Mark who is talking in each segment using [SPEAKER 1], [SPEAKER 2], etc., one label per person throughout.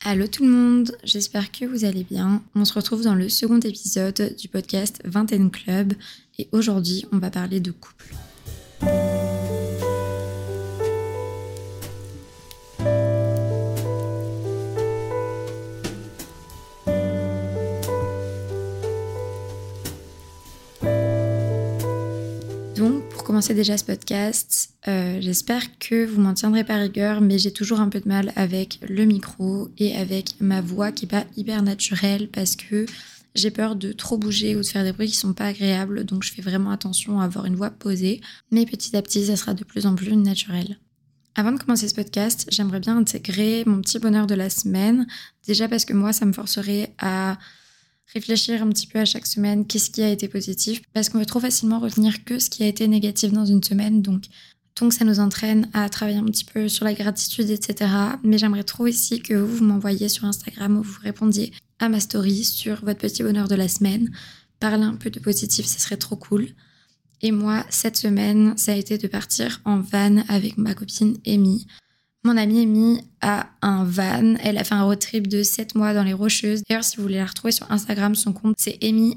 [SPEAKER 1] Allô tout le monde, j'espère que vous allez bien. On se retrouve dans le second épisode du podcast Vingtaine Club et aujourd'hui on va parler de couple. Donc pour commencer déjà ce podcast, j'espère que vous m'en tiendrez pas rigueur, mais j'ai toujours un peu de mal avec le micro et avec ma voix qui est pas hyper naturelle parce que j'ai peur de trop bouger ou de faire des bruits qui sont pas agréables, donc je fais vraiment attention à avoir une voix posée, mais petit à petit ça sera de plus en plus naturel. Avant de commencer ce podcast, j'aimerais bien intégrer mon petit bonheur de la semaine, déjà parce que moi ça me forcerait à réfléchir un petit peu à chaque semaine, qu'est-ce qui a été positif, parce qu'on veut trop facilement retenir que ce qui a été négatif dans une semaine, donc ça nous entraîne à travailler un petit peu sur la gratitude, etc. Mais j'aimerais trop aussi que vous m'envoyiez sur Instagram ou vous répondiez à ma story sur votre petit bonheur de la semaine. Parler un peu de positif, ce serait trop cool. Et moi, cette semaine, ça a été de partir en van avec ma copine Amy. Mon amie Amy a un van. Elle a fait un road trip de 7 mois dans les Rocheuses. D'ailleurs, si vous voulez la retrouver sur Instagram, son compte, c'est Amy,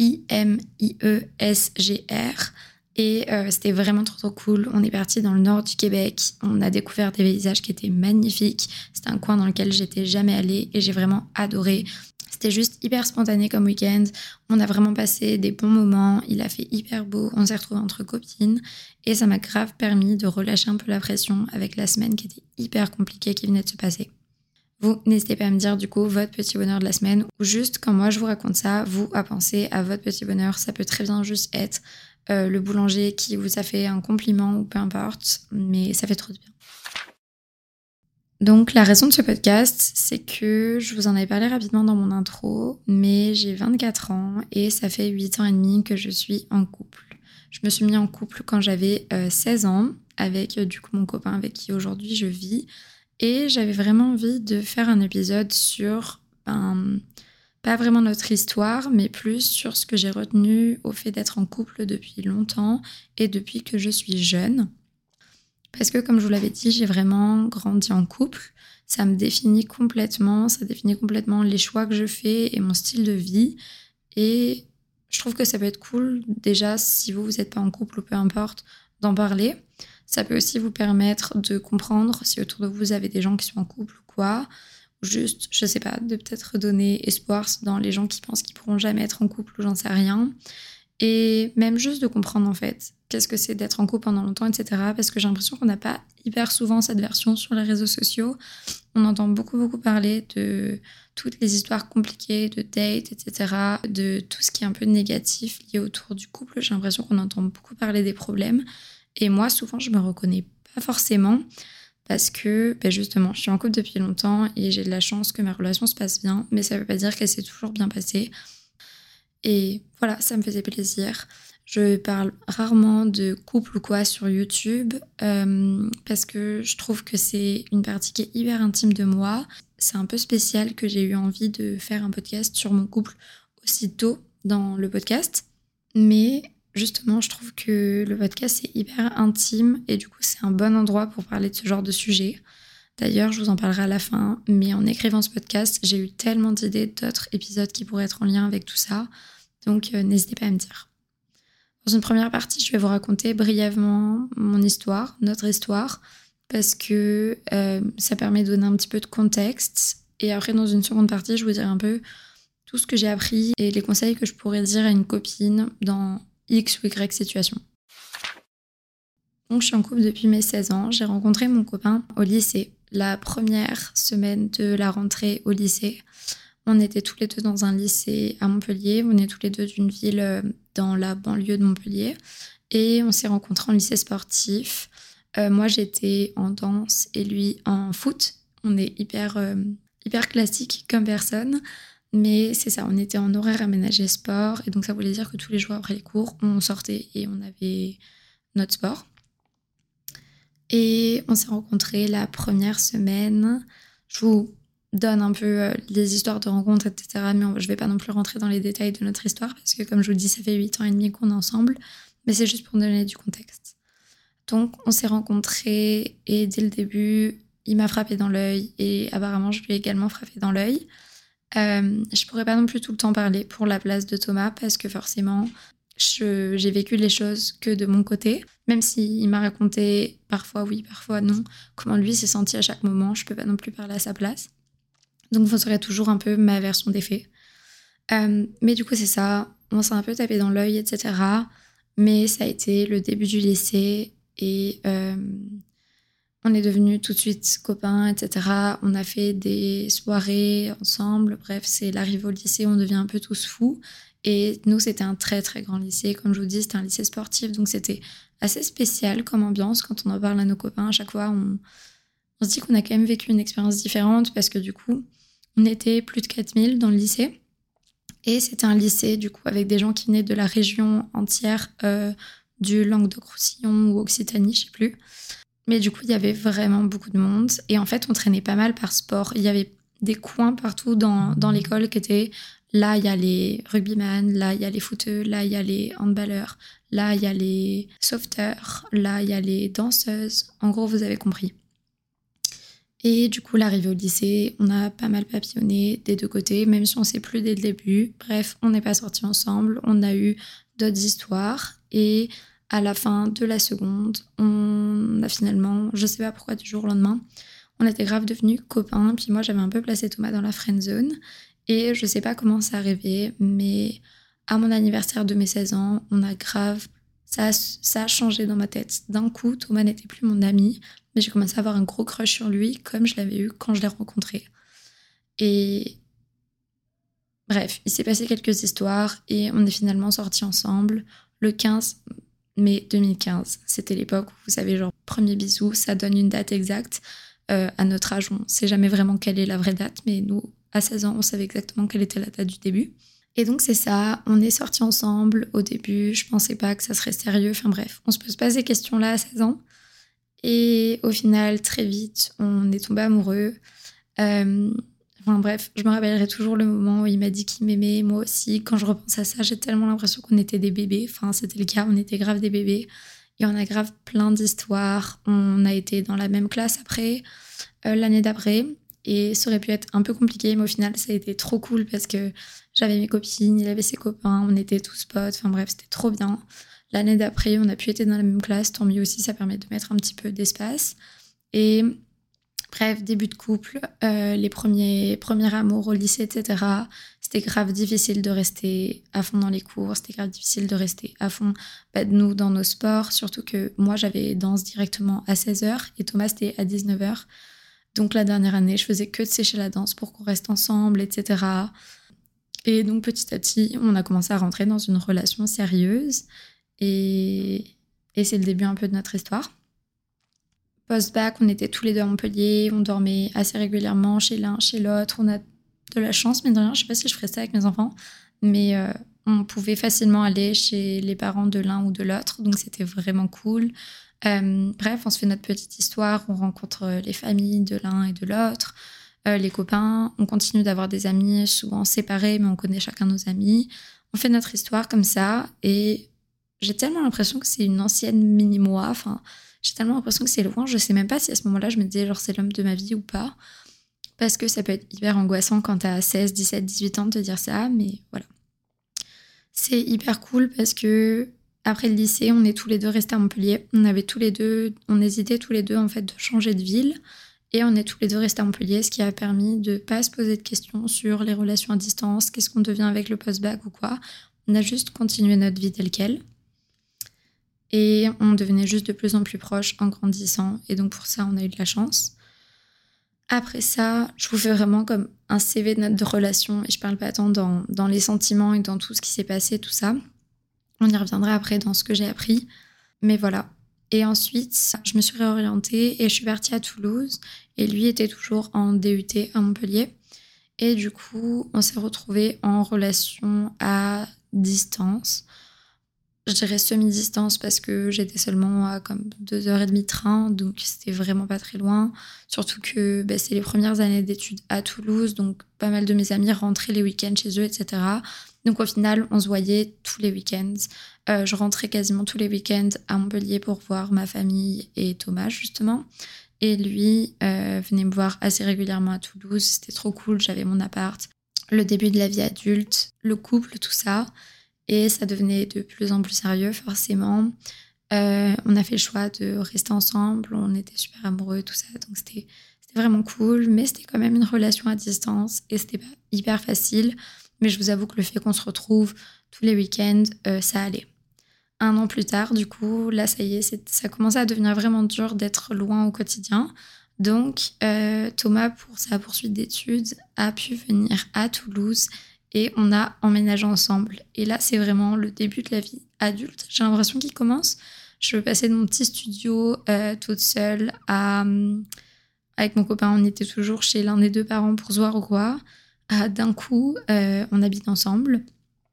[SPEAKER 1] AIMIESGR. Et c'était vraiment trop cool. On est parti dans le nord du Québec. On a découvert des paysages qui étaient magnifiques. C'était un coin dans lequel j'étais jamais allée et j'ai vraiment adoré. C'était juste hyper spontané comme week-end. On a vraiment passé des bons moments. Il a fait hyper beau. On s'est retrouvés entre copines. Et ça m'a grave permis de relâcher un peu la pression avec la semaine qui était hyper compliquée qui venait de se passer. Vous, n'hésitez pas à me dire du coup votre petit bonheur de la semaine ou juste quand moi je vous raconte ça, vous à penser à votre petit bonheur. Ça peut très bien juste être le boulanger qui vous a fait un compliment ou peu importe, mais ça fait trop de bien. Donc la raison de ce podcast, c'est que je vous en avais parlé rapidement dans mon intro, mais j'ai 24 ans et ça fait 8 ans et demi que je suis en couple. Je me suis mis en couple quand j'avais 16 ans avec du coup mon copain avec qui aujourd'hui je vis et j'avais vraiment envie de faire un épisode sur pas vraiment notre histoire, mais plus sur ce que j'ai retenu au fait d'être en couple depuis longtemps et depuis que je suis jeune. Parce que comme je vous l'avais dit, j'ai vraiment grandi en couple. Ça me définit complètement, ça définit complètement les choix que je fais et mon style de vie. Et je trouve que ça peut être cool, déjà, si vous n'êtes pas en couple ou peu importe, d'en parler. Ça peut aussi vous permettre de comprendre si autour de vous, vous avez des gens qui sont en couple ou quoi. Ou juste, je sais pas, de peut-être donner espoir dans les gens qui pensent qu'ils pourront jamais être en couple ou j'en sais rien. Et même juste de comprendre en fait qu'est-ce que c'est d'être en couple pendant longtemps, etc. Parce que j'ai l'impression qu'on n'a pas hyper souvent cette version sur les réseaux sociaux. On entend beaucoup parler de toutes les histoires compliquées, de dates, etc. De tout ce qui est un peu négatif lié autour du couple. J'ai l'impression qu'on entend beaucoup parler des problèmes. Et moi, souvent, je me reconnais pas forcément parce que justement, je suis en couple depuis longtemps et j'ai de la chance que ma relation se passe bien. Mais ça veut pas dire qu'elle s'est toujours bien passée. Et voilà, ça me faisait plaisir. Je parle rarement de couple ou quoi sur YouTube parce que je trouve que c'est une partie qui est hyper intime de moi. C'est un peu spécial que j'ai eu envie de faire un podcast sur mon couple aussitôt dans le podcast. Mais justement, je trouve que le podcast c'est hyper intime et du coup c'est un bon endroit pour parler de ce genre de sujet. D'ailleurs, je vous en parlerai à la fin, mais en écrivant ce podcast, j'ai eu tellement d'idées d'autres épisodes qui pourraient être en lien avec tout ça. Donc, n'hésitez pas à me dire. Dans une première partie, je vais vous raconter brièvement mon histoire, notre histoire, parce que ça permet de donner un petit peu de contexte. Et après, dans une seconde partie, je vous dirai un peu tout ce que j'ai appris et les conseils que je pourrais dire à une copine dans X ou Y situation. Donc, je suis en couple depuis mes 16 ans. J'ai rencontré mon copain au lycée, la première semaine de la rentrée au lycée. On était tous les deux dans un lycée à Montpellier. On est tous les deux d'une ville dans la banlieue de Montpellier. Et on s'est rencontrés en lycée sportif. Moi, j'étais en danse et lui en foot. On est hyper classique comme personne. Mais c'est ça, on était en horaire aménagé sport. Et donc, ça voulait dire que tous les jours après les cours, on sortait et on avait notre sport. Et on s'est rencontrés la première semaine. Je vous donne un peu les histoires de rencontres, etc. Mais je vais pas non plus rentrer dans les détails de notre histoire parce que, comme je vous le dis, ça fait 8 ans et demi qu'on est ensemble. Mais c'est juste pour donner du contexte. Donc, on s'est rencontrés et dès le début, il m'a frappé dans l'œil et apparemment je lui ai également frappé dans l'œil. Je pourrais pas non plus tout le temps parler pour la place de Thomas parce que forcément j'ai vécu les choses que de mon côté, même s'il m'a raconté parfois oui, parfois non, comment lui s'est senti à chaque moment, je peux pas non plus parler à sa place. Donc vous aurez toujours un peu ma version des faits. Mais du coup c'est ça, on s'est un peu tapé dans l'œil, etc. Mais ça a été le début du lycée et on est devenus tout de suite copains, etc. On a fait des soirées ensemble. Bref, c'est l'arrivée au lycée, on devient un peu tous fous. Et nous, c'était un très, très grand lycée. Comme je vous dis, c'était un lycée sportif. Donc, c'était assez spécial comme ambiance. Quand on en parle à nos copains, à chaque fois, on se dit qu'on a quand même vécu une expérience différente parce que du coup, on était plus de 4000 dans le lycée. Et c'était un lycée, du coup, avec des gens qui venaient de la région entière du Languedoc-Roussillon ou Occitanie, je sais plus. Mais du coup, il y avait vraiment beaucoup de monde. Et en fait, on traînait pas mal par sport. Il y avait des coins partout dans l'école qui étaient... Là, il y a les rugbyman, là, il y a les footeux, là, il y a les handballeurs, là, il y a les sauveteurs, là, il y a les danseuses. En gros, vous avez compris. Et du coup, l'arrivée au lycée, on a pas mal papillonné des deux côtés, même si on ne sait plus dès le début. Bref, on n'est pas sortis ensemble. On a eu d'autres histoires. Et à la fin de la seconde, on a finalement, je sais pas pourquoi, du jour au lendemain, on était grave devenus copains. Puis moi, j'avais un peu placé Thomas dans la friend zone. Et je sais pas comment c'est arrivé, mais à mon anniversaire de mes 16 ans, on a grave... Ça a changé dans ma tête. D'un coup, Thomas n'était plus mon ami, mais j'ai commencé à avoir un gros crush sur lui, comme je l'avais eu quand je l'ai rencontré. Et bref, il s'est passé quelques histoires et on est finalement sortis ensemble le 15 mai 2015. C'était l'époque où, vous savez, genre, premier bisou, ça donne une date exacte. À notre âge, on ne sait jamais vraiment quelle est la vraie date, mais nous, à 16 ans, on savait exactement quelle était la date du début. Et donc c'est ça, on est sortis ensemble. Au début, je pensais pas que ça serait sérieux. Enfin bref, on se pose pas ces questions-là à 16 ans. Et au final, très vite, on est tombé amoureux. Enfin bref, je me rappellerai toujours le moment où il m'a dit qu'il m'aimait, moi aussi. Quand je repense à ça, j'ai tellement l'impression qu'on était des bébés. Enfin, c'était le cas, on était grave des bébés. Et on a grave plein d'histoires. On a été dans la même classe après, l'année d'après. Et ça aurait pu être un peu compliqué, mais au final, ça a été trop cool parce que j'avais mes copines, il avait ses copains, on était tous potes. Enfin bref, c'était trop bien. L'année d'après, on a pu être dans la même classe, tant mieux aussi, ça permet de mettre un petit peu d'espace. Et bref, début de couple, les premiers amours au lycée, etc. C'était grave difficile de rester à fond dans les cours, c'était grave difficile de rester à fond de nous dans nos sports, surtout que moi, j'avais danse directement à 16h et Thomas, c'était à 19h. Donc la dernière année, je faisais que de sécher la danse pour qu'on reste ensemble, etc. Et donc petit à petit, on a commencé à rentrer dans une relation sérieuse. Et c'est le début un peu de notre histoire. Post-bac, on était tous les deux à Montpellier, on dormait assez régulièrement chez l'un, chez l'autre. On a de la chance, mais de rien, je sais pas si je ferais ça avec mes enfants, mais on pouvait facilement aller chez les parents de l'un ou de l'autre, donc c'était vraiment cool. Bref, on se fait notre petite histoire, on rencontre les familles de l'un et de l'autre, les copains, on continue d'avoir des amis, souvent séparés, mais on connaît chacun nos amis. On fait notre histoire comme ça, et j'ai tellement l'impression que c'est une ancienne mini-moi, enfin, j'ai tellement l'impression que c'est loin, je sais même pas si à ce moment-là, je me disais genre c'est l'homme de ma vie ou pas, parce que ça peut être hyper angoissant quand t'as 16, 17, 18 ans de te dire ça, mais voilà. C'est hyper cool parce que après le lycée, on est tous les deux restés à Montpellier. On hésitait tous les deux en fait de changer de ville. Et on est tous les deux restés à Montpellier, ce qui a permis de pas se poser de questions sur les relations à distance, qu'est-ce qu'on devient avec le post-bac ou quoi. On a juste continué notre vie telle quelle. Et on devenait juste de plus en plus proches en grandissant. Et donc pour ça, on a eu de la chance. Après ça, je vous fais vraiment comme un CV de notre relation. Et je parle pas tant dans les sentiments et dans tout ce qui s'est passé, tout ça. On y reviendra après dans ce que j'ai appris. Mais voilà. Et ensuite, je me suis réorientée et je suis partie à Toulouse. Et lui était toujours en DUT à Montpellier. Et du coup, on s'est retrouvés en relation à distance. Je dirais semi-distance parce que j'étais seulement à comme 2h30 de train, donc c'était vraiment pas très loin. Surtout que c'est les premières années d'études à Toulouse, donc pas mal de mes amis rentraient les week-ends chez eux, etc. Donc au final, on se voyait tous les week-ends. Je rentrais quasiment tous les week-ends à Montpellier pour voir ma famille et Thomas, justement. Et lui venait me voir assez régulièrement à Toulouse. C'était trop cool, j'avais mon appart. Le début de la vie adulte, le couple, tout ça. Et ça devenait de plus en plus sérieux, forcément. On a fait le choix de rester ensemble. On était super amoureux, tout ça. Donc c'était vraiment cool. Mais c'était quand même une relation à distance. Et c'était pas hyper facile. Mais je vous avoue que le fait qu'on se retrouve tous les week-ends, ça allait. 1 an plus tard, du coup, là, ça y est, ça commençait à devenir vraiment dur d'être loin au quotidien. Donc, Thomas, pour sa poursuite d'études, a pu venir à Toulouse et on a emménagé ensemble. Et là, c'est vraiment le début de la vie adulte. J'ai l'impression qu'il commence. Je veux passer de mon petit studio toute seule à... avec mon copain, on était toujours chez l'un des deux parents pour se voir ou quoi. D'un coup, on habite ensemble.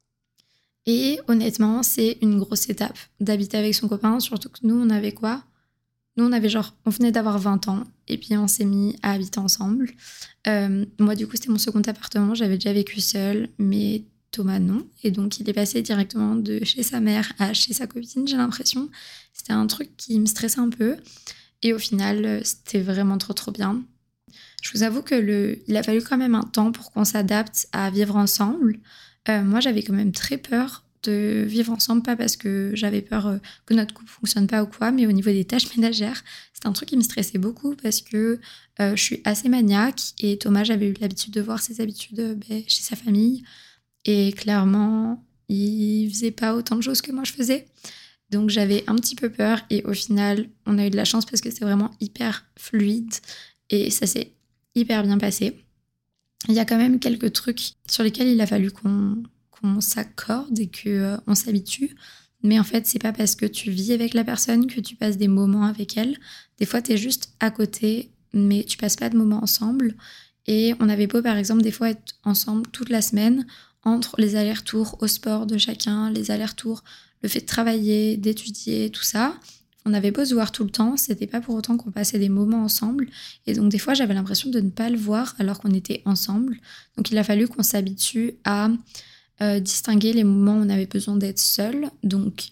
[SPEAKER 1] Et honnêtement, c'est une grosse étape d'habiter avec son copain, surtout que nous, on avait quoi? Nous, on venait d'avoir 20 ans, et puis on s'est mis à habiter ensemble. Moi, du coup, c'était mon second appartement, j'avais déjà vécu seule, mais Thomas, non. Et donc, il est passé directement de chez sa mère à chez sa copine, j'ai l'impression. C'était un truc qui me stressait un peu. Et au final, c'était vraiment trop, trop bien. Je vous avoue il a fallu quand même un temps pour qu'on s'adapte à vivre ensemble. Moi, j'avais quand même très peur de vivre ensemble, pas parce que j'avais peur que notre couple fonctionne pas ou quoi, mais au niveau des tâches ménagères, c'est un truc qui me stressait beaucoup parce que je suis assez maniaque et Thomas, j'avais eu l'habitude de voir ses habitudes chez sa famille et clairement, il faisait pas autant de choses que moi je faisais. Donc j'avais un petit peu peur et au final, on a eu de la chance parce que c'est vraiment hyper fluide et ça s'est hyper bien passé. Il y a quand même quelques trucs sur lesquels il a fallu qu'on s'accorde et qu'on s'habitue. Mais en fait, c'est pas parce que tu vis avec la personne que tu passes des moments avec elle. Des fois, t'es juste à côté, mais tu passes pas de moments ensemble. Et on avait beau, par exemple, des fois être ensemble toute la semaine, entre les allers-retours au sport de chacun, les allers-retours, le fait de travailler, d'étudier, tout ça. On avait beau se voir tout le temps, c'était pas pour autant qu'on passait des moments ensemble. Et donc, des fois, j'avais l'impression de ne pas le voir alors qu'on était ensemble. Donc, il a fallu qu'on s'habitue à distinguer les moments où on avait besoin d'être seul. Donc,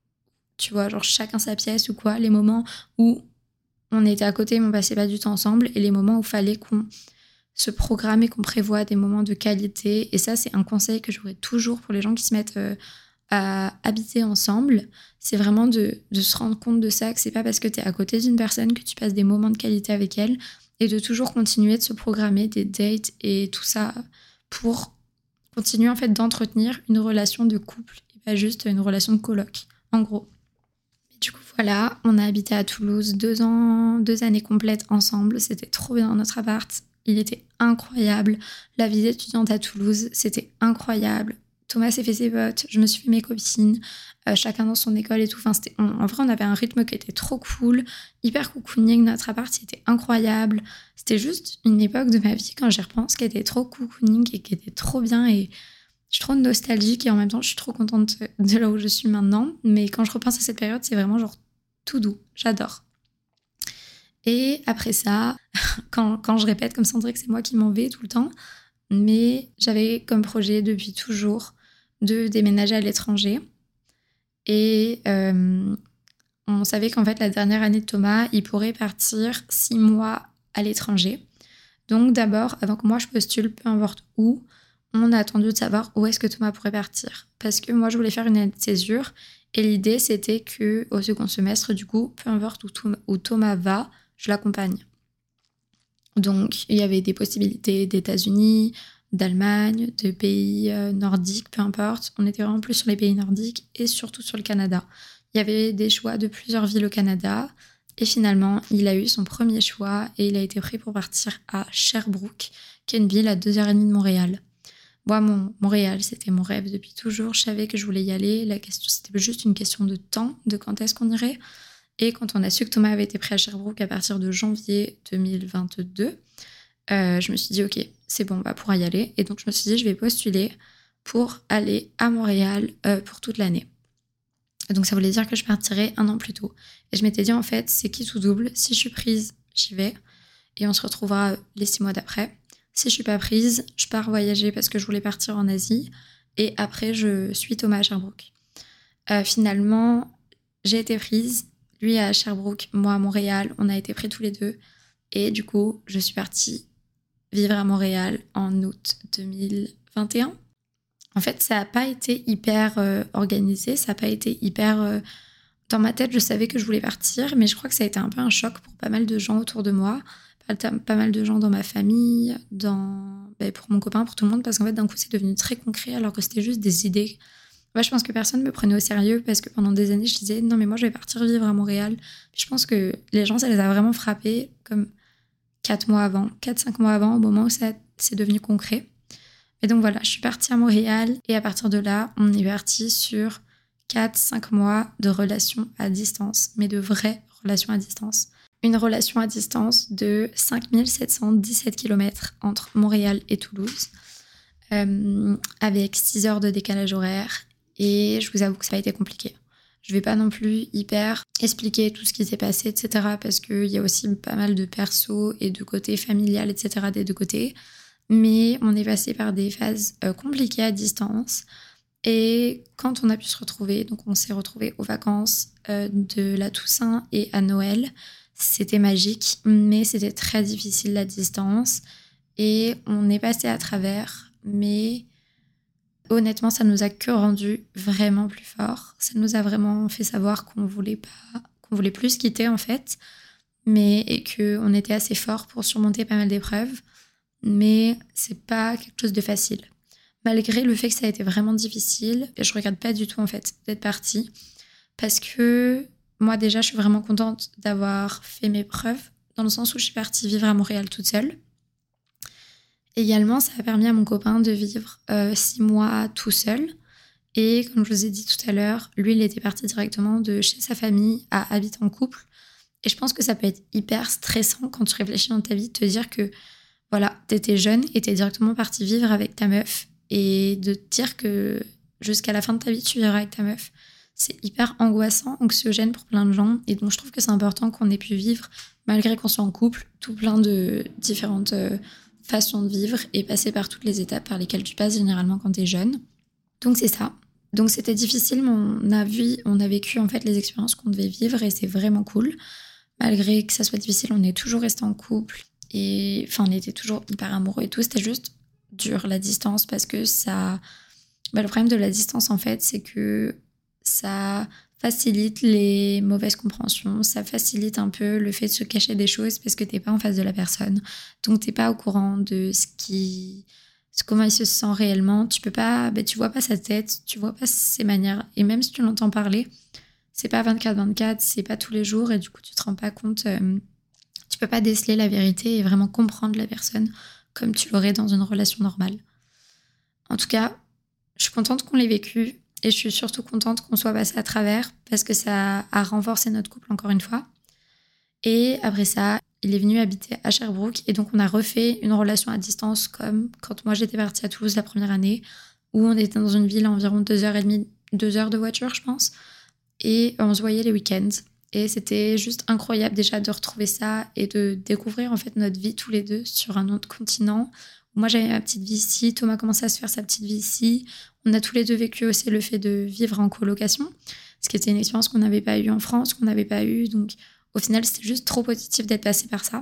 [SPEAKER 1] tu vois, genre chacun sa pièce ou quoi. Les moments où on était à côté mais on passait pas du temps ensemble. Et les moments où il fallait qu'on se programme et qu'on prévoit des moments de qualité. Et ça, c'est un conseil que j'aurais toujours pour les gens qui se mettent à habiter ensemble. C'est vraiment de se rendre compte de ça, que c'est pas parce que tu es à côté d'une personne que tu passes des moments de qualité avec elle. Et de toujours continuer de se programmer des dates et tout ça pour continuer en fait d'entretenir une relation de couple et pas juste une relation de coloc, en gros. Et du coup, voilà, on a habité à Toulouse 2 ans, 2 années complètes ensemble. C'était trop bien dans notre appart. Il était incroyable. La vie d'étudiante à Toulouse, c'était incroyable. Thomas s'est fait ses potes, je me suis fait mes copines, chacun dans son école et tout. Enfin, en vrai, on avait un rythme qui était trop cool, hyper cocooning. Notre appart, c'était incroyable. C'était juste une époque de ma vie, quand j'y repense, qui était trop cocooning et qui était trop bien. Et je suis trop nostalgique et en même temps, je suis trop contente de là où je suis maintenant. Mais quand je repense à cette période, c'est vraiment genre tout doux. J'adore. Et après ça, quand je répète comme ça, on dirait que c'est moi qui m'en vais tout le temps. Mais j'avais comme projet depuis toujours de déménager à l'étranger. Et on savait qu'en fait, la dernière année de Thomas, il pourrait partir 6 mois à l'étranger. Donc d'abord, avant que moi je postule, peu importe où, on a attendu de savoir où est-ce que Thomas pourrait partir. Parce que moi, je voulais faire une année de césure. Et l'idée, c'était qu'au second semestre, du coup, peu importe où Thomas va, je l'accompagne. Donc, il y avait des possibilités d'États-Unis, d'Allemagne, de pays nordiques, peu importe. On était vraiment plus sur les pays nordiques et surtout sur le Canada. Il y avait des choix de plusieurs villes au Canada. Et finalement, il a eu son premier choix et il a été pris pour partir à Sherbrooke, qui est une ville à 2h30 de Montréal. Moi, Montréal, c'était mon rêve depuis toujours. Je savais que je voulais y aller. La question, c'était juste une question de temps, de quand est-ce qu'on irait. Et quand on a su que Thomas avait été pris à Sherbrooke à partir de janvier 2022, je me suis dit, ok, c'est bon, on pourra y aller. Et donc, je me suis dit, je vais postuler pour aller à Montréal pour toute l'année. Et donc, ça voulait dire que je partirais 1 an plus tôt. Et je m'étais dit, en fait, c'est qui tout double. Si je suis prise, j'y vais. Et on se retrouvera les 6 mois d'après. Si je suis pas prise, je pars voyager parce que je voulais partir en Asie. Et après, je suis Thomas à Sherbrooke. Finalement, j'ai été prise. Lui à Sherbrooke, moi à Montréal. On a été pris tous les deux. Et du coup, je suis partie vivre à Montréal en août 2021. En fait, ça n'a pas été hyper organisé, ça n'a pas été hyper... Dans ma tête, je savais que je voulais partir, mais je crois que ça a été un peu un choc pour pas mal de gens autour de moi, pas mal de gens dans ma famille, pour mon copain, pour tout le monde, parce qu'en fait, d'un coup, c'est devenu très concret, alors que c'était juste des idées. Moi, je pense que personne ne me prenait au sérieux, parce que pendant des années, je disais, non, mais moi, je vais partir vivre à Montréal. Puis je pense que les gens, ça les a vraiment frappés, comme 4-5 mois avant, au moment où c'est devenu concret. Et donc voilà, je suis partie à Montréal et à partir de là, on est parti sur 4-5 mois de relations à distance, mais de vraies relations à distance. Une relation à distance de 5717 km entre Montréal et Toulouse, avec 6 heures de décalage horaire. Et je vous avoue que ça a été compliqué. Je vais pas non plus hyper expliquer tout ce qui s'est passé, etc. Parce qu'il y a aussi pas mal de perso et de côté familial, etc. des deux côtés. Mais on est passé par des phases compliquées à distance. Et quand on a pu se retrouver, donc on s'est retrouvés aux vacances de la Toussaint et à Noël, c'était magique, mais c'était très difficile la distance. Et on est passé à travers, mais honnêtement, ça nous a que rendu vraiment plus forts. Ça nous a vraiment fait savoir qu'on voulait plus se quitter en fait, et qu'on était assez fort pour surmonter pas mal d'épreuves. Mais c'est pas quelque chose de facile. Malgré le fait que ça a été vraiment difficile, et je regrette pas du tout en fait d'être partie, parce que moi déjà je suis vraiment contente d'avoir fait mes preuves, dans le sens où je suis partie vivre à Montréal toute seule. Également, ça a permis à mon copain de vivre 6 mois tout seul. Et comme je vous ai dit tout à l'heure, lui il était parti directement de chez sa famille à habiter en couple. Et je pense que ça peut être hyper stressant quand tu réfléchis dans ta vie de te dire que voilà, t'étais jeune et t'es directement parti vivre avec ta meuf et de te dire que jusqu'à la fin de ta vie, tu vivras avec ta meuf. C'est hyper angoissant, anxiogène pour plein de gens. Et donc, je trouve que c'est important qu'on ait pu vivre, malgré qu'on soit en couple, tout plein de différentes façons de vivre et passer par toutes les étapes par lesquelles tu passes généralement quand t'es jeune. Donc, c'est ça. Donc, c'était difficile, mais on a vécu en fait les expériences qu'on devait vivre et c'est vraiment cool. Malgré que ça soit difficile, on est toujours resté en couple. Et enfin, on était toujours hyper amoureux et tout. C'était juste dur, la distance, parce que ça... le problème de la distance, en fait, c'est que ça facilite les mauvaises compréhensions. Ça facilite un peu le fait de se cacher des choses parce que t'es pas en face de la personne. Donc, t'es pas au courant de comment il se sent réellement. Tu peux pas... tu vois pas sa tête, tu vois pas ses manières. Et même si tu l'entends parler, c'est pas 24/24, c'est pas tous les jours. Et du coup, tu te rends pas compte... tu peux pas déceler la vérité et vraiment comprendre la personne comme tu l'aurais dans une relation normale. En tout cas, je suis contente qu'on l'ait vécu et je suis surtout contente qu'on soit passé à travers parce que ça a renforcé notre couple encore une fois. Et après ça, il est venu habiter à Sherbrooke et donc on a refait une relation à distance comme quand moi j'étais partie à Toulouse la première année où on était dans une ville à environ 2h30, 2 heures de voiture je pense, et on se voyait les week-ends. Et c'était juste incroyable déjà de retrouver ça et de découvrir en fait notre vie tous les deux sur un autre continent. Moi j'avais ma petite vie ici, Thomas commençait à se faire sa petite vie ici. On a tous les deux vécu aussi le fait de vivre en colocation, ce qui était une expérience qu'on n'avait pas eue en France, qu'on n'avait pas eue. Donc au final c'était juste trop positif d'être passé par ça.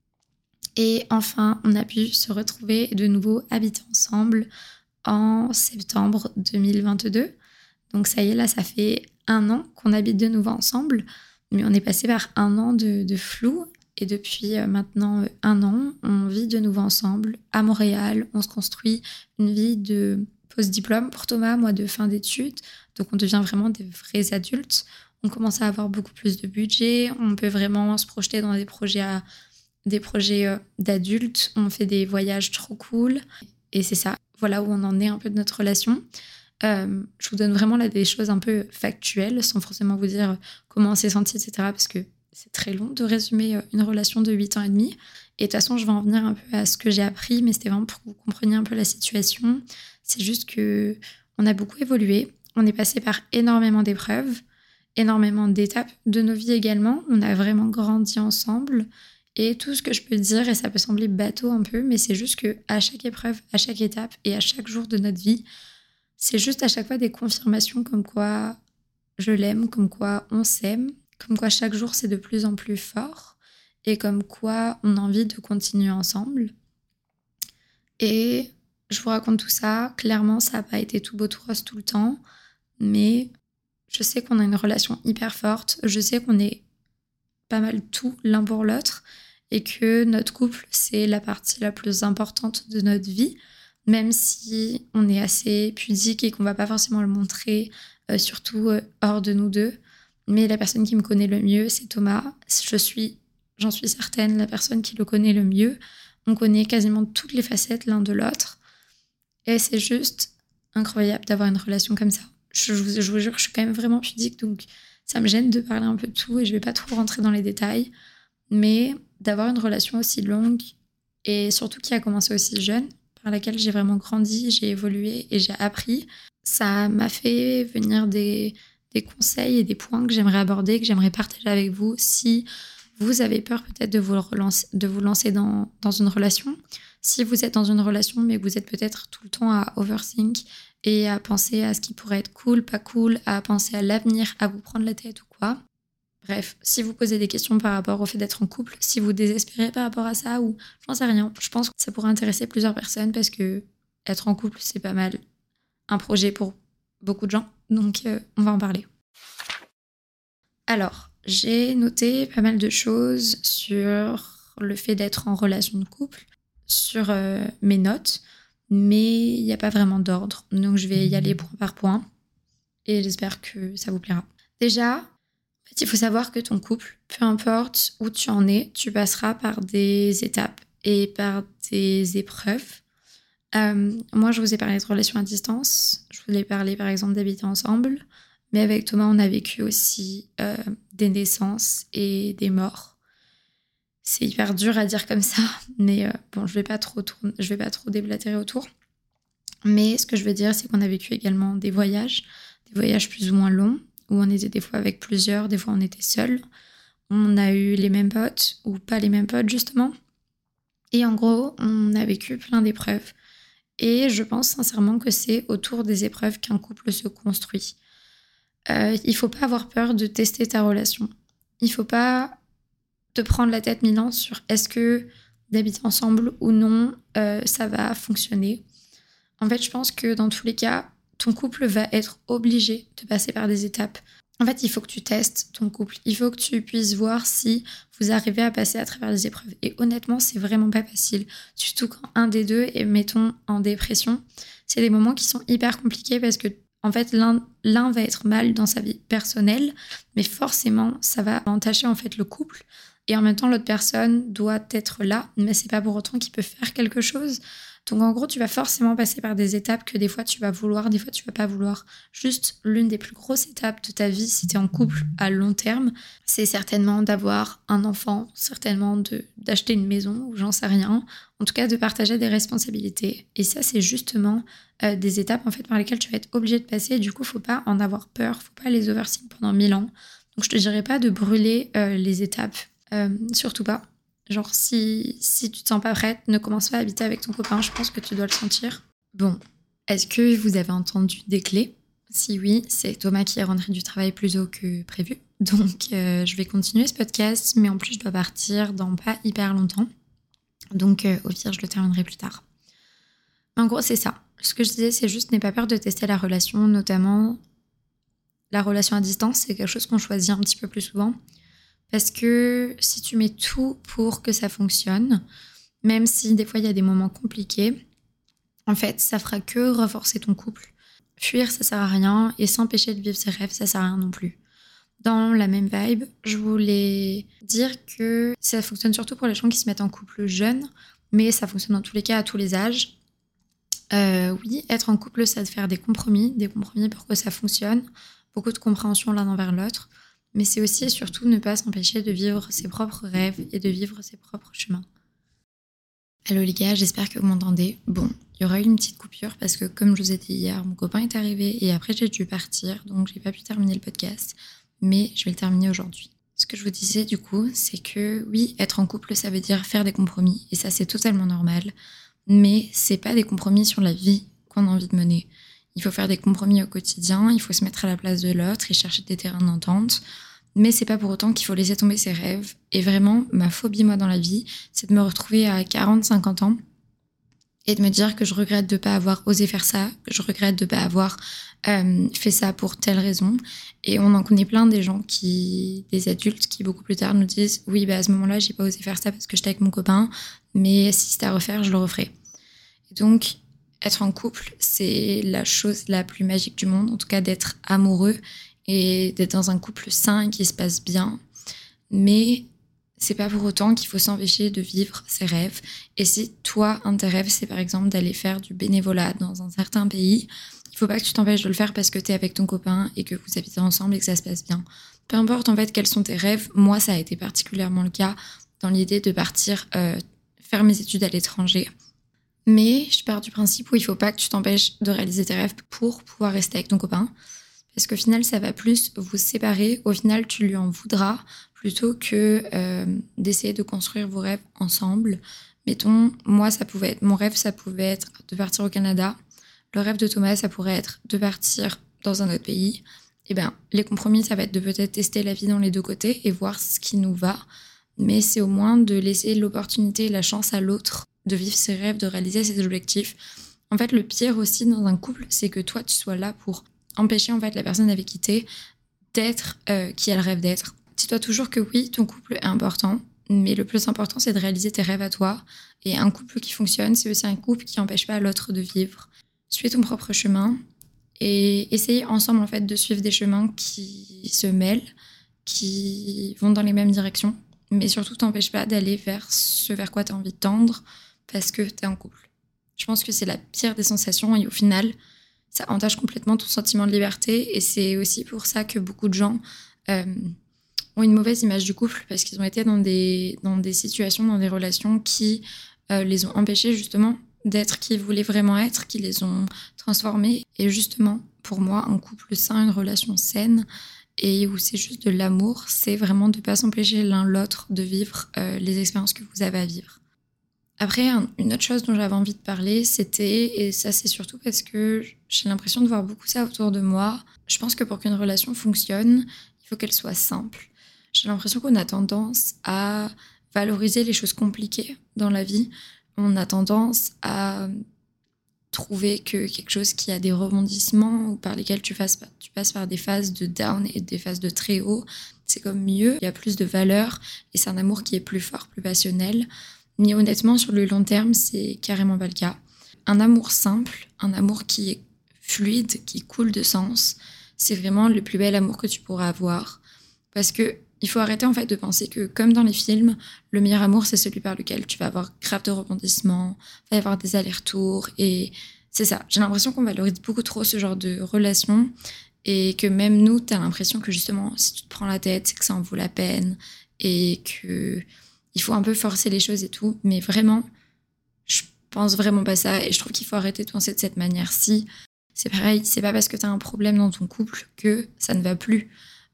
[SPEAKER 1] Et enfin on a pu se retrouver et de nouveau habiter ensemble en septembre 2022. Donc ça y est, là ça fait 1 an qu'on habite de nouveau ensemble. Mais on est passé par 1 an de flou. Et depuis maintenant 1 an, on vit de nouveau ensemble à Montréal. On se construit une vie de post-diplôme pour Thomas, moi de fin d'études. Donc on devient vraiment des vrais adultes. On commence à avoir beaucoup plus de budget. On peut vraiment se projeter dans des projets d'adultes. On fait des voyages trop cool. Et c'est ça. Voilà où on en est un peu de notre relation. Je vous donne vraiment là des choses un peu factuelles sans forcément vous dire comment on s'est senti, etc. Parce que c'est très long de résumer une relation de 8 ans et demi. Et de toute façon, je vais en venir un peu à ce que j'ai appris, mais c'était vraiment pour que vous compreniez un peu la situation. C'est juste que on a beaucoup évolué. On est passé par énormément d'épreuves, énormément d'étapes de nos vies également. On a vraiment grandi ensemble. Et tout ce que je peux dire, et ça peut sembler bateau un peu, mais c'est juste que à chaque épreuve, à chaque étape et à chaque jour de notre vie, c'est juste à chaque fois des confirmations comme quoi je l'aime, comme quoi on s'aime, comme quoi chaque jour c'est de plus en plus fort et comme quoi on a envie de continuer ensemble. Et je vous raconte tout ça. Clairement, ça n'a pas été tout beau tout rose tout le temps, mais je sais qu'on a une relation hyper forte. Je sais qu'on est pas mal tout l'un pour l'autre et que notre couple, c'est la partie la plus importante de notre vie, même si on est assez pudique et qu'on va pas forcément le montrer, surtout hors de nous deux. Mais la personne qui me connaît le mieux, c'est Thomas. J'en suis certaine, la personne qui le connaît le mieux. On connaît quasiment toutes les facettes l'un de l'autre. Et c'est juste incroyable d'avoir une relation comme ça. Je vous jure, je suis quand même vraiment pudique, donc ça me gêne de parler un peu de tout et je vais pas trop rentrer dans les détails. Mais d'avoir une relation aussi longue et surtout qui a commencé aussi jeune, par laquelle j'ai vraiment grandi, j'ai évolué et j'ai appris, ça m'a fait venir des conseils et des points que j'aimerais aborder, que j'aimerais partager avec vous si vous avez peur peut-être de vous lancer dans une relation. Si vous êtes dans une relation mais que vous êtes peut-être tout le temps à overthink et à penser à ce qui pourrait être cool, pas cool, à penser à l'avenir, à vous prendre la tête ou quoi. Bref, si vous posez des questions par rapport au fait d'être en couple, si vous désespérez par rapport à ça ou j'en sais rien, je pense que ça pourrait intéresser plusieurs personnes parce que être en couple, c'est pas mal un projet pour beaucoup de gens. Donc, on va en parler. Alors, j'ai noté pas mal de choses sur le fait d'être en relation de couple, sur mes notes, mais il n'y a pas vraiment d'ordre. Donc, je vais y aller point par point et j'espère que ça vous plaira. Déjà, en fait, il faut savoir que ton couple, peu importe où tu en es, tu passeras par des étapes et par des épreuves. Moi, je vous ai parlé de relations à distance. Je vous ai parlé, par exemple, d'habiter ensemble. Mais avec Thomas, on a vécu aussi des naissances et des morts. C'est hyper dur à dire comme ça, mais bon, je vais pas trop déblatérer autour. Mais ce que je veux dire, c'est qu'on a vécu également des voyages plus ou moins longs, où on était des fois avec plusieurs, des fois on était seuls. On a eu les mêmes potes ou pas les mêmes potes, justement. Et en gros, on a vécu plein d'épreuves. Et je pense sincèrement que c'est autour des épreuves qu'un couple se construit. Il faut pas avoir peur de tester ta relation. Il faut pas te prendre la tête 1000 ans sur est-ce que d'habiter ensemble ou non, ça va fonctionner. En fait, je pense que dans tous les cas, ton couple va être obligé de passer par des étapes. En fait, il faut que tu testes ton couple. Il faut que tu puisses voir si vous arrivez à passer à travers les épreuves. Et honnêtement, c'est vraiment pas facile. Surtout quand un des deux est, mettons, en dépression. C'est des moments qui sont hyper compliqués parce que, en fait, l'un va être mal dans sa vie personnelle, mais forcément, ça va entacher, en fait, le couple. Et en même temps, l'autre personne doit être là, mais c'est pas pour autant qu'il peut faire quelque chose. Donc en gros, tu vas forcément passer par des étapes que des fois tu vas vouloir, des fois tu vas pas vouloir. Juste l'une des plus grosses étapes de ta vie, si t'es en couple à long terme, c'est certainement d'avoir un enfant, certainement d'acheter une maison, ou j'en sais rien. En tout cas, de partager des responsabilités. Et ça, c'est justement des étapes en fait par lesquelles tu vas être obligé de passer. Du coup, faut pas en avoir peur, faut pas les overthink pendant 1000 ans. Donc je te dirais pas de brûler les étapes, surtout pas. Genre, si tu te sens pas prête, ne commence pas à habiter avec ton copain, je pense que tu dois le sentir. Bon, est-ce que vous avez entendu des clés ? Si oui, c'est Thomas qui est rentré du travail plus tôt que prévu. Donc, je vais continuer ce podcast, mais en plus, je dois partir dans pas hyper longtemps. Donc, au pire, je le terminerai plus tard. En gros, c'est ça. Ce que je disais, c'est juste n'aie pas peur de tester la relation, notamment la relation à distance, c'est quelque chose qu'on choisit un petit peu plus souvent. Parce que si tu mets tout pour que ça fonctionne, même si des fois il y a des moments compliqués, en fait, ça fera que renforcer ton couple. Fuir, ça sert à rien, et s'empêcher de vivre ses rêves, ça sert à rien non plus. Dans la même vibe, je voulais dire que ça fonctionne surtout pour les gens qui se mettent en couple jeunes, mais ça fonctionne dans tous les cas à tous les âges. Oui, être en couple, ça va faire des compromis pour que ça fonctionne, beaucoup de compréhension l'un envers l'autre. Mais c'est aussi et surtout ne pas s'empêcher de vivre ses propres rêves et de vivre ses propres chemins. Allô les gars, j'espère que vous m'entendez. Bon, il y aura eu une petite coupure parce que comme je vous ai dit hier, mon copain est arrivé et après j'ai dû partir, donc j'ai pas pu terminer le podcast, mais je vais le terminer aujourd'hui. Ce que je vous disais du coup, c'est que oui, être en couple, ça veut dire faire des compromis et ça c'est totalement normal, mais c'est pas des compromis sur la vie qu'on a envie de mener. Il faut faire des compromis au quotidien, il faut se mettre à la place de l'autre et chercher des terrains d'entente. Mais c'est pas pour autant qu'il faut laisser tomber ses rêves. Et vraiment, ma phobie, moi, dans la vie, c'est de me retrouver à 40, 50 ans et de me dire que je regrette de pas avoir osé faire ça, que je regrette de pas avoir fait ça pour telle raison. Et on en connaît plein des adultes qui beaucoup plus tard nous disent « Oui, à ce moment-là, j'ai pas osé faire ça parce que j'étais avec mon copain, mais si c'était à refaire, je le referai. » Et donc, être en couple, c'est la chose la plus magique du monde, en tout cas d'être amoureux et d'être dans un couple sain qui se passe bien. Mais c'est pas pour autant qu'il faut s'empêcher de vivre ses rêves. Et si toi, un de tes rêves, c'est par exemple d'aller faire du bénévolat dans un certain pays, il faut pas que tu t'empêches de le faire parce que t'es avec ton copain et que vous habitez ensemble et que ça se passe bien. Peu importe en fait quels sont tes rêves, moi ça a été particulièrement le cas dans l'idée de partir faire mes études à l'étranger. Mais je pars du principe où il faut pas que tu t'empêches de réaliser tes rêves pour pouvoir rester avec ton copain. Parce qu'au final, ça va plus vous séparer. Au final, tu lui en voudras plutôt que d'essayer de construire vos rêves ensemble. Mettons, moi, mon rêve, ça pouvait être de partir au Canada. Le rêve de Thomas, ça pourrait être de partir dans un autre pays. Et bien, les compromis, ça va être de peut-être tester la vie dans les deux côtés et voir ce qui nous va. Mais c'est au moins de laisser l'opportunité et la chance à l'autre de vivre ses rêves, de réaliser ses objectifs. En fait, le pire aussi dans un couple, c'est que toi, tu sois là pour empêcher en fait la personne avec qui t'es d'être qui elle rêve d'être. Dis-toi toujours que oui, ton couple est important, mais le plus important, c'est de réaliser tes rêves à toi. Et un couple qui fonctionne, c'est aussi un couple qui n'empêche pas l'autre de vivre. Suis ton propre chemin et essayez ensemble en fait de suivre des chemins qui se mêlent, qui vont dans les mêmes directions, mais surtout t'empêche pas d'aller vers ce vers quoi tu as envie de tendre parce que tu es en couple. Je pense que c'est la pire des sensations et au final, ça entache complètement ton sentiment de liberté et c'est aussi pour ça que beaucoup de gens ont une mauvaise image du couple parce qu'ils ont été dans des situations, dans des relations qui les ont empêchés justement d'être qui ils voulaient vraiment être, qui les ont transformés. Et justement, pour moi, un couple sain, une relation saine et où c'est juste de l'amour, c'est vraiment de ne pas s'empêcher l'un l'autre de vivre les expériences que vous avez à vivre. Après, une autre chose dont j'avais envie de parler, c'était, et ça c'est surtout parce que j'ai l'impression de voir beaucoup ça autour de moi, je pense que pour qu'une relation fonctionne, il faut qu'elle soit simple. J'ai l'impression qu'on a tendance à valoriser les choses compliquées dans la vie. On a tendance à trouver que quelque chose qui a des rebondissements ou par lesquels tu passes par des phases de down et des phases de très haut, c'est comme mieux, il y a plus de valeur et c'est un amour qui est plus fort, plus passionnel. Mais honnêtement, sur le long terme, c'est carrément pas le cas. Un amour simple, un amour qui est fluide, qui coule de sens, c'est vraiment le plus bel amour que tu pourras avoir. Parce que il faut arrêter en fait de penser que, comme dans les films, le meilleur amour, c'est celui par lequel tu vas avoir grave de rebondissements, il va y avoir des allers-retours, et c'est ça. J'ai l'impression qu'on valorise beaucoup trop ce genre de relation, et que même nous, t'as l'impression que justement, si tu te prends la tête, c'est que ça en vaut la peine, et que il faut un peu forcer les choses et tout, mais vraiment, je pense vraiment pas ça, et je trouve qu'il faut arrêter de penser de cette manière-ci. C'est pareil, c'est pas parce que t'as un problème dans ton couple que ça ne va plus.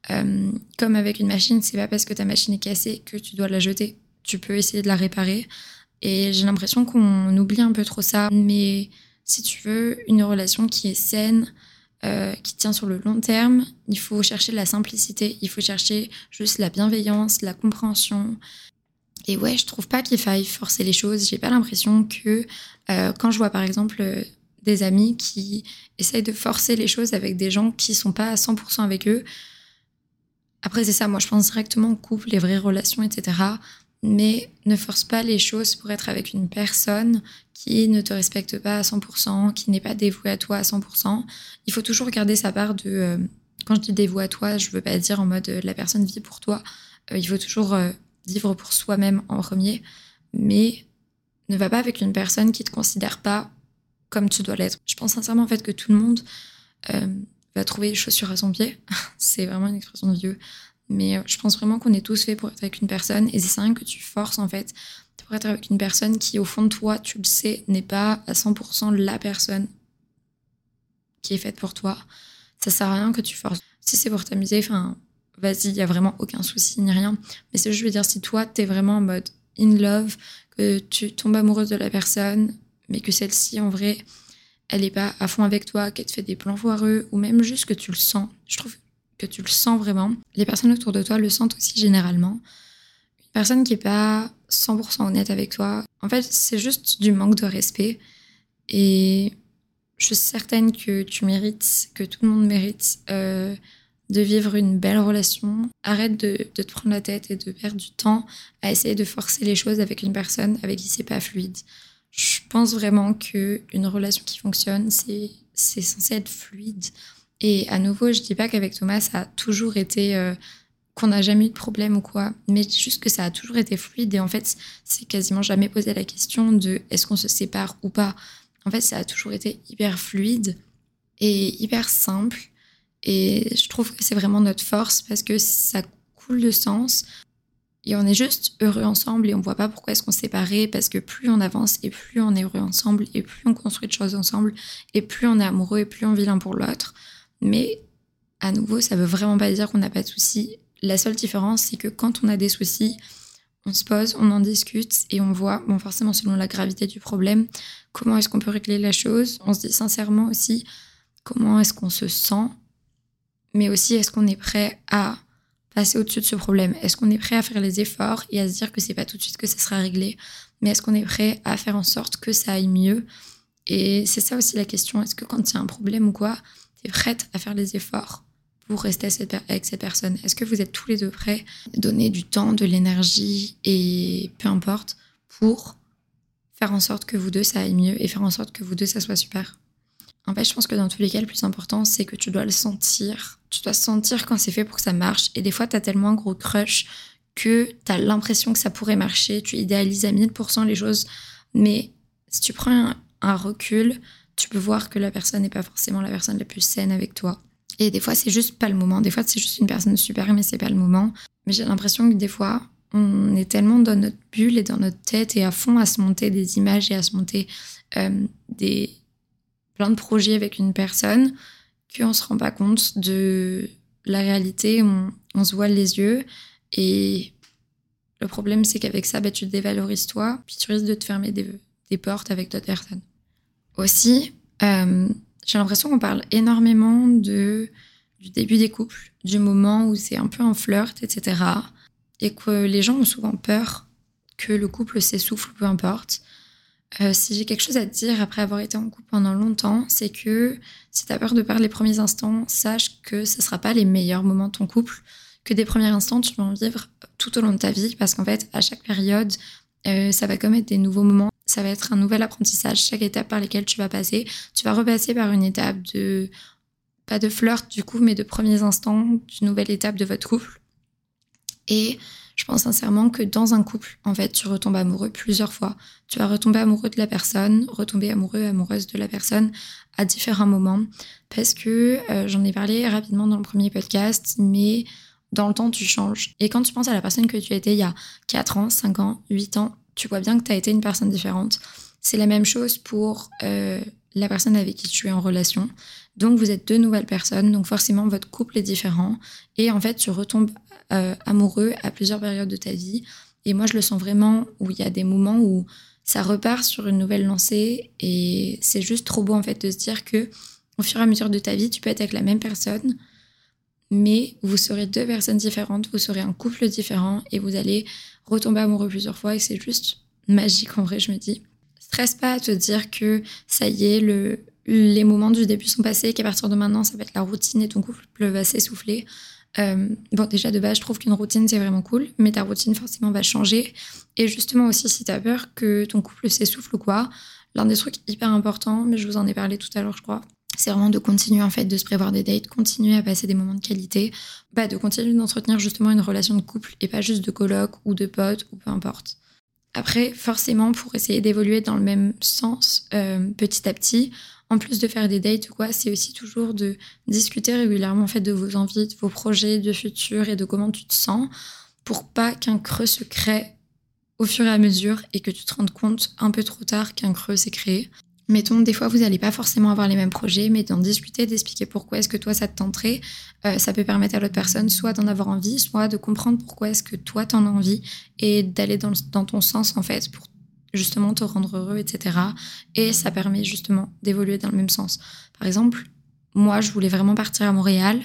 [SPEAKER 1] Comme avec une machine, c'est pas parce que ta machine est cassée que tu dois la jeter. Tu peux essayer de la réparer. Et j'ai l'impression qu'on oublie un peu trop ça. Mais si tu veux une relation qui est saine, qui tient sur le long terme, il faut chercher la simplicité. Il faut chercher juste la bienveillance, la compréhension. Et ouais, je trouve pas qu'il faille forcer les choses. J'ai pas l'impression que quand je vois par exemple des amis qui essayent de forcer les choses avec des gens qui sont pas à 100% avec eux. Après, c'est ça, moi je pense directement au couple, les vraies relations, etc. Mais ne force pas les choses pour être avec une personne qui ne te respecte pas à 100%, qui n'est pas dévouée à toi à 100%. Il faut toujours garder sa part de... quand je dis dévouée à toi, je veux pas dire en mode la personne vit pour toi. Il faut toujours vivre pour soi-même en premier. Mais ne va pas avec une personne qui te considère pas comme tu dois l'être. Je pense sincèrement en fait que tout le monde... va trouver les chaussures à son pied. C'est vraiment une expression de vieux. Mais je pense vraiment qu'on est tous faits pour être avec une personne. Et c'est rien que tu forces, en fait, pour être avec une personne qui, au fond de toi, tu le sais, n'est pas à 100% la personne qui est faite pour toi. Ça sert à rien que tu forces. Si c'est pour t'amuser, enfin, vas-y, il y a vraiment aucun souci ni rien. Mais c'est juste, je veux dire, si toi, t'es vraiment en mode in love, que tu tombes amoureuse de la personne, mais que celle-ci, en vrai... elle est pas à fond avec toi, qu'elle te fait des plans foireux, ou même juste que tu le sens. Je trouve que tu le sens vraiment. Les personnes autour de toi le sentent aussi généralement. Une personne qui n'est pas 100% honnête avec toi, en fait, c'est juste du manque de respect. Et je suis certaine que tu mérites, que tout le monde mérite de vivre une belle relation. Arrête de te prendre la tête et de perdre du temps à essayer de forcer les choses avec une personne avec qui c'est pas fluide. Je pense vraiment qu'une relation qui fonctionne, c'est censé être fluide. Et à nouveau, je dis pas qu'avec Thomas, ça a toujours été... qu'on n'a jamais eu de problème ou quoi, mais je dis juste que ça a toujours été fluide et en fait, c'est quasiment jamais posé la question de est-ce qu'on se sépare ou pas. En fait, ça a toujours été hyper fluide et hyper simple et je trouve que c'est vraiment notre force parce que ça coule de sens et on est juste heureux ensemble et on voit pas pourquoi est-ce qu'on se séparait parce que plus on avance et plus on est heureux ensemble et plus on construit de choses ensemble et plus on est amoureux et plus on vit l'un pour l'autre. Mais à nouveau, ça veut vraiment pas dire qu'on n'a pas de soucis. La seule différence, c'est que quand on a des soucis, on se pose, on en discute et on voit, bon forcément selon la gravité du problème, comment est-ce qu'on peut régler la chose. On se dit sincèrement aussi comment est-ce qu'on se sent, mais aussi est-ce qu'on est prêt à passer au-dessus de ce problème. Est-ce qu'on est prêt à faire les efforts et à se dire que c'est pas tout de suite que ça sera réglé, mais est-ce qu'on est prêt à faire en sorte que ça aille mieux. Et c'est ça aussi la question, est-ce que quand il y a un problème ou quoi, t'es prête à faire les efforts pour rester avec cette personne? Est-ce que vous êtes tous les deux prêts à donner du temps, de l'énergie et peu importe pour faire en sorte que vous deux ça aille mieux et faire en sorte que vous deux ça soit super? En fait, je pense que dans tous les cas, le plus important, c'est que tu dois le sentir. Tu dois sentir quand c'est fait pour que ça marche. Et des fois, t'as tellement un gros crush que t'as l'impression que ça pourrait marcher. Tu idéalises à 1000% les choses. Mais si tu prends un recul, tu peux voir que la personne n'est pas forcément la personne la plus saine avec toi. Et des fois, c'est juste pas le moment. Des fois, c'est juste une personne super, mais c'est pas le moment. Mais j'ai l'impression que des fois, on est tellement dans notre bulle et dans notre tête et à fond à se monter des images et à se monter plein de projets avec une personne qu'on se rend pas compte de la réalité. On se voile les yeux et le problème, c'est qu'avec ça, tu te dévalorises toi, puis tu risques de te fermer des portes avec d'autres personnes. Aussi, j'ai l'impression qu'on parle énormément du début des couples, du moment où c'est un peu en flirt, etc. Et que les gens ont souvent peur que le couple s'essouffle, peu importe. Si j'ai quelque chose à te dire après avoir été en couple pendant longtemps, c'est que si t'as peur de perdre les premiers instants, sache que ce sera pas les meilleurs moments de ton couple, que des premiers instants, tu vas en vivre tout au long de ta vie, parce qu'en fait, à chaque période, ça va comme être des nouveaux moments, ça va être un nouvel apprentissage, chaque étape par laquelle tu vas passer, tu vas repasser par une étape pas de flirt du coup, mais de premiers instants, d'une nouvelle étape de votre couple. Et je pense sincèrement que dans un couple, en fait, tu retombes amoureux plusieurs fois. Tu vas retomber amoureux de la personne, retomber amoureux, amoureuse de la personne à différents moments. Parce que j'en ai parlé rapidement dans le premier podcast, mais dans le temps, tu changes. Et quand tu penses à la personne que tu étais il y a 4 ans, 5 ans, 8 ans, tu vois bien que tu as été une personne différente. C'est la même chose pour la personne avec qui tu es en relation. Donc, vous êtes deux nouvelles personnes, donc forcément, votre couple est différent. Et en fait, tu retombes amoureux à plusieurs périodes de ta vie. Et moi, je le sens vraiment où il y a des moments où ça repart sur une nouvelle lancée. Et c'est juste trop beau, en fait, de se dire que au fur et à mesure de ta vie, tu peux être avec la même personne, mais vous serez deux personnes différentes, vous serez un couple différent et vous allez retomber amoureux plusieurs fois. Et c'est juste magique, en vrai, je me dis. Stresse pas à te dire que ça y est, les moments du début sont passés, qu'à partir de maintenant, ça va être la routine et ton couple va s'essouffler. Bon, déjà, de base, je trouve qu'une routine, c'est vraiment cool, mais ta routine, forcément, va changer. Et justement aussi, si t'as peur que ton couple s'essouffle ou quoi, l'un des trucs hyper importants, mais je vous en ai parlé tout à l'heure, je crois, c'est vraiment de continuer, en fait, de se prévoir des dates, continuer à passer des moments de qualité, de continuer d'entretenir justement une relation de couple et pas juste de coloc ou de pote ou peu importe. Après, forcément, pour essayer d'évoluer dans le même sens petit à petit, en plus de faire des dates ou quoi, c'est aussi toujours de discuter régulièrement en fait, de vos envies, de vos projets, de futur et de comment tu te sens pour pas qu'un creux se crée au fur et à mesure et que tu te rendes compte un peu trop tard qu'un creux s'est créé. Mettons, des fois, vous n'allez pas forcément avoir les mêmes projets, mais d'en discuter, d'expliquer pourquoi est-ce que toi, ça te tenterait, ça peut permettre à l'autre personne soit d'en avoir envie, soit de comprendre pourquoi est-ce que toi, t'en as envie et d'aller dans ton sens, en fait, pour justement te rendre heureux, etc. Et ça permet justement d'évoluer dans le même sens. Par exemple, moi, je voulais vraiment partir à Montréal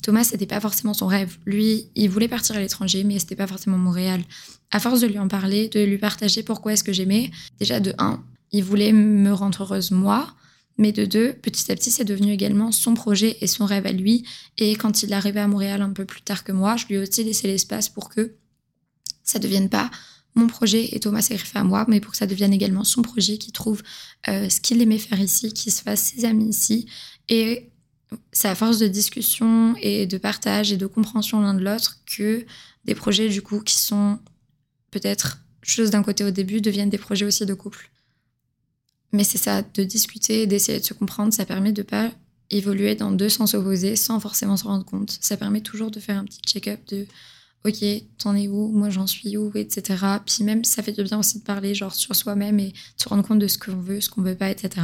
[SPEAKER 1] Thomas, c'était pas forcément son rêve. Lui, il voulait partir à l'étranger, mais c'était pas forcément Montréal. À force de lui en parler, de lui partager pourquoi est-ce que j'aimais, déjà de 1, il voulait me rendre heureuse moi, mais de 2, petit à petit, c'est devenu également son projet et son rêve à lui. Et quand il est arrivé à Montréal un peu plus tard que moi, je lui ai aussi laissé l'espace pour que ça devienne pas mon projet et Thomas s'est greffé à moi, mais pour que ça devienne également son projet, qu'il trouve ce qu'il aimait faire ici, qu'il se fasse ses amis ici. Et c'est à force de discussion et de partage et de compréhension l'un de l'autre que des projets, du coup, qui sont peut-être choses d'un côté au début, deviennent des projets aussi de couple. Mais c'est ça, de discuter, d'essayer de se comprendre, ça permet de pas évoluer dans 2 sens opposés sans forcément se rendre compte. Ça permet toujours de faire un petit check-up de « Ok, t'en es où ? Moi, j'en suis où ?» etc. Puis même, ça fait du bien aussi de parler genre sur soi-même et de se rendre compte de ce qu'on veut, ce qu'on veut pas, etc.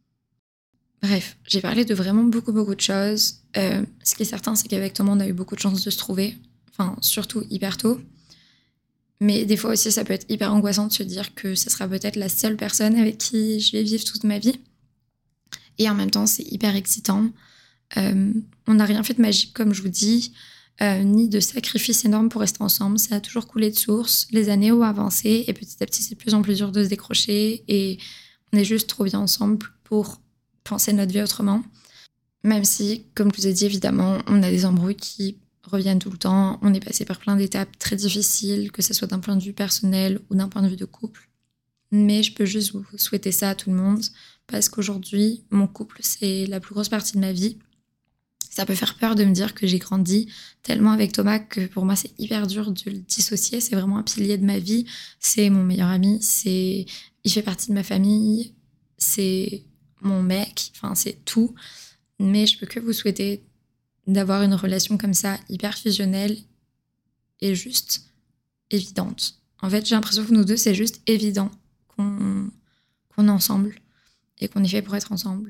[SPEAKER 1] Bref, j'ai parlé de vraiment beaucoup de choses. Ce qui est certain, c'est qu'avec Thomas, on a eu beaucoup de chance de se trouver. Enfin, surtout hyper tôt. Mais des fois aussi, ça peut être hyper angoissant de se dire que ce sera peut-être la seule personne avec qui je vais vivre toute ma vie. Et en même temps, c'est hyper excitant. On n'a rien fait de magique, comme je vous dis, ni de sacrifices énormes pour rester ensemble. Ça a toujours coulé de source. Les années ont avancé et petit à petit, c'est de plus en plus dur de se décrocher. Et on est juste trop bien ensemble pour penser notre vie autrement. Même si, comme je vous ai dit, évidemment, on a des embrouilles qui reviennent tout le temps. On est passé par plein d'étapes très difficiles, que ce soit d'un point de vue personnel ou d'un point de vue de couple. Mais je peux juste vous souhaiter ça à tout le monde, parce qu'aujourd'hui, mon couple, c'est la plus grosse partie de ma vie. Ça peut faire peur de me dire que j'ai grandi tellement avec Thomas que pour moi, c'est hyper dur de le dissocier. C'est vraiment un pilier de ma vie. C'est mon meilleur ami. Il fait partie de ma famille. C'est mon mec. Enfin, c'est tout. Mais je peux que vous souhaiter d'avoir une relation comme ça, hyper fusionnelle et juste évidente. En fait, j'ai l'impression que nous deux, c'est juste évident qu'on est ensemble et qu'on est fait pour être ensemble.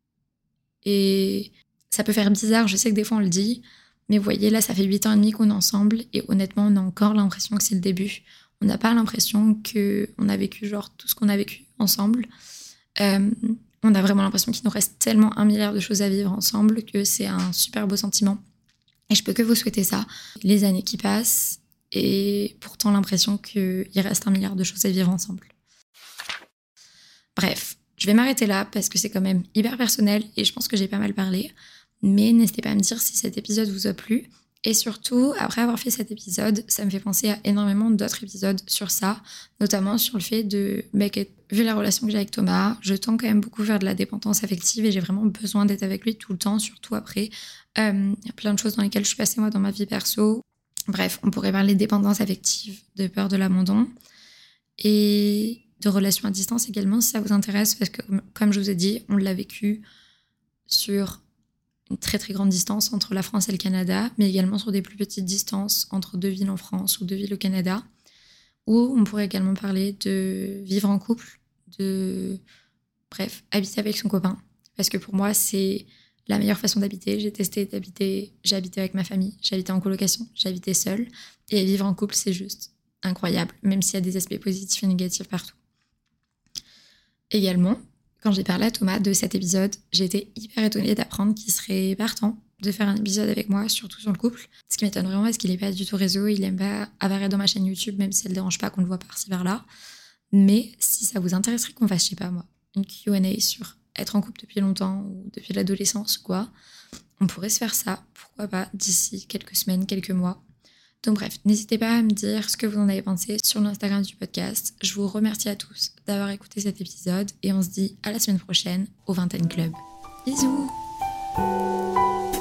[SPEAKER 1] Et ça peut faire bizarre, je sais que des fois on le dit, mais vous voyez, là, ça fait 8 ans et demi qu'on est ensemble et honnêtement, on a encore l'impression que c'est le début. On n'a pas l'impression qu'on a vécu genre tout ce qu'on a vécu ensemble. On a vraiment l'impression qu'il nous reste tellement 1 milliard de choses à vivre ensemble que c'est un super beau sentiment. Et je peux que vous souhaiter ça. Les années qui passent et pourtant l'impression qu'il reste 1 milliard de choses à vivre ensemble. Bref, je vais m'arrêter là parce que c'est quand même hyper personnel et je pense que j'ai pas mal parlé. Mais n'hésitez pas à me dire si cet épisode vous a plu. Et surtout, après avoir fait cet épisode, ça me fait penser à énormément d'autres épisodes sur ça, notamment sur le fait de, vu la relation que j'ai avec Thomas, je tends quand même beaucoup vers de la dépendance affective et j'ai vraiment besoin d'être avec lui tout le temps, surtout après. Il y a plein de choses dans lesquelles je suis passée moi dans ma vie perso. Bref, on pourrait parler de dépendance affective, de peur de l'abandon et de relations à distance également si ça vous intéresse, parce que comme je vous ai dit, on l'a vécu sur une très très grande distance entre la France et le Canada, mais également sur des plus petites distances entre 2 villes en France ou 2 villes au Canada, où on pourrait également parler de vivre en couple, habiter avec son copain, parce que pour moi c'est la meilleure façon d'habiter. J'ai testé d'habiter, j'ai habité avec ma famille, j'ai habité en colocation, j'ai habité seule, et vivre en couple c'est juste incroyable, même s'il y a des aspects positifs et négatifs partout. Également, quand j'ai parlé à Thomas de cet épisode, j'ai été hyper étonnée d'apprendre qu'il serait partant de faire un épisode avec moi, surtout sur le couple. Ce qui m'étonne vraiment, parce qu'il n'est pas du tout réseau, il aime pas apparaître dans ma chaîne YouTube, même si ça ne le dérange pas qu'on le voit par-ci par-là. Mais si ça vous intéresserait qu'on fasse, je sais pas moi, une Q&A sur être en couple depuis longtemps ou depuis l'adolescence ou quoi, on pourrait se faire ça, pourquoi pas, d'ici quelques semaines, quelques mois. Donc bref, n'hésitez pas à me dire ce que vous en avez pensé sur l'Instagram du podcast. Je vous remercie à tous d'avoir écouté cet épisode et on se dit à la semaine prochaine au Vingtaine Club. Bisous!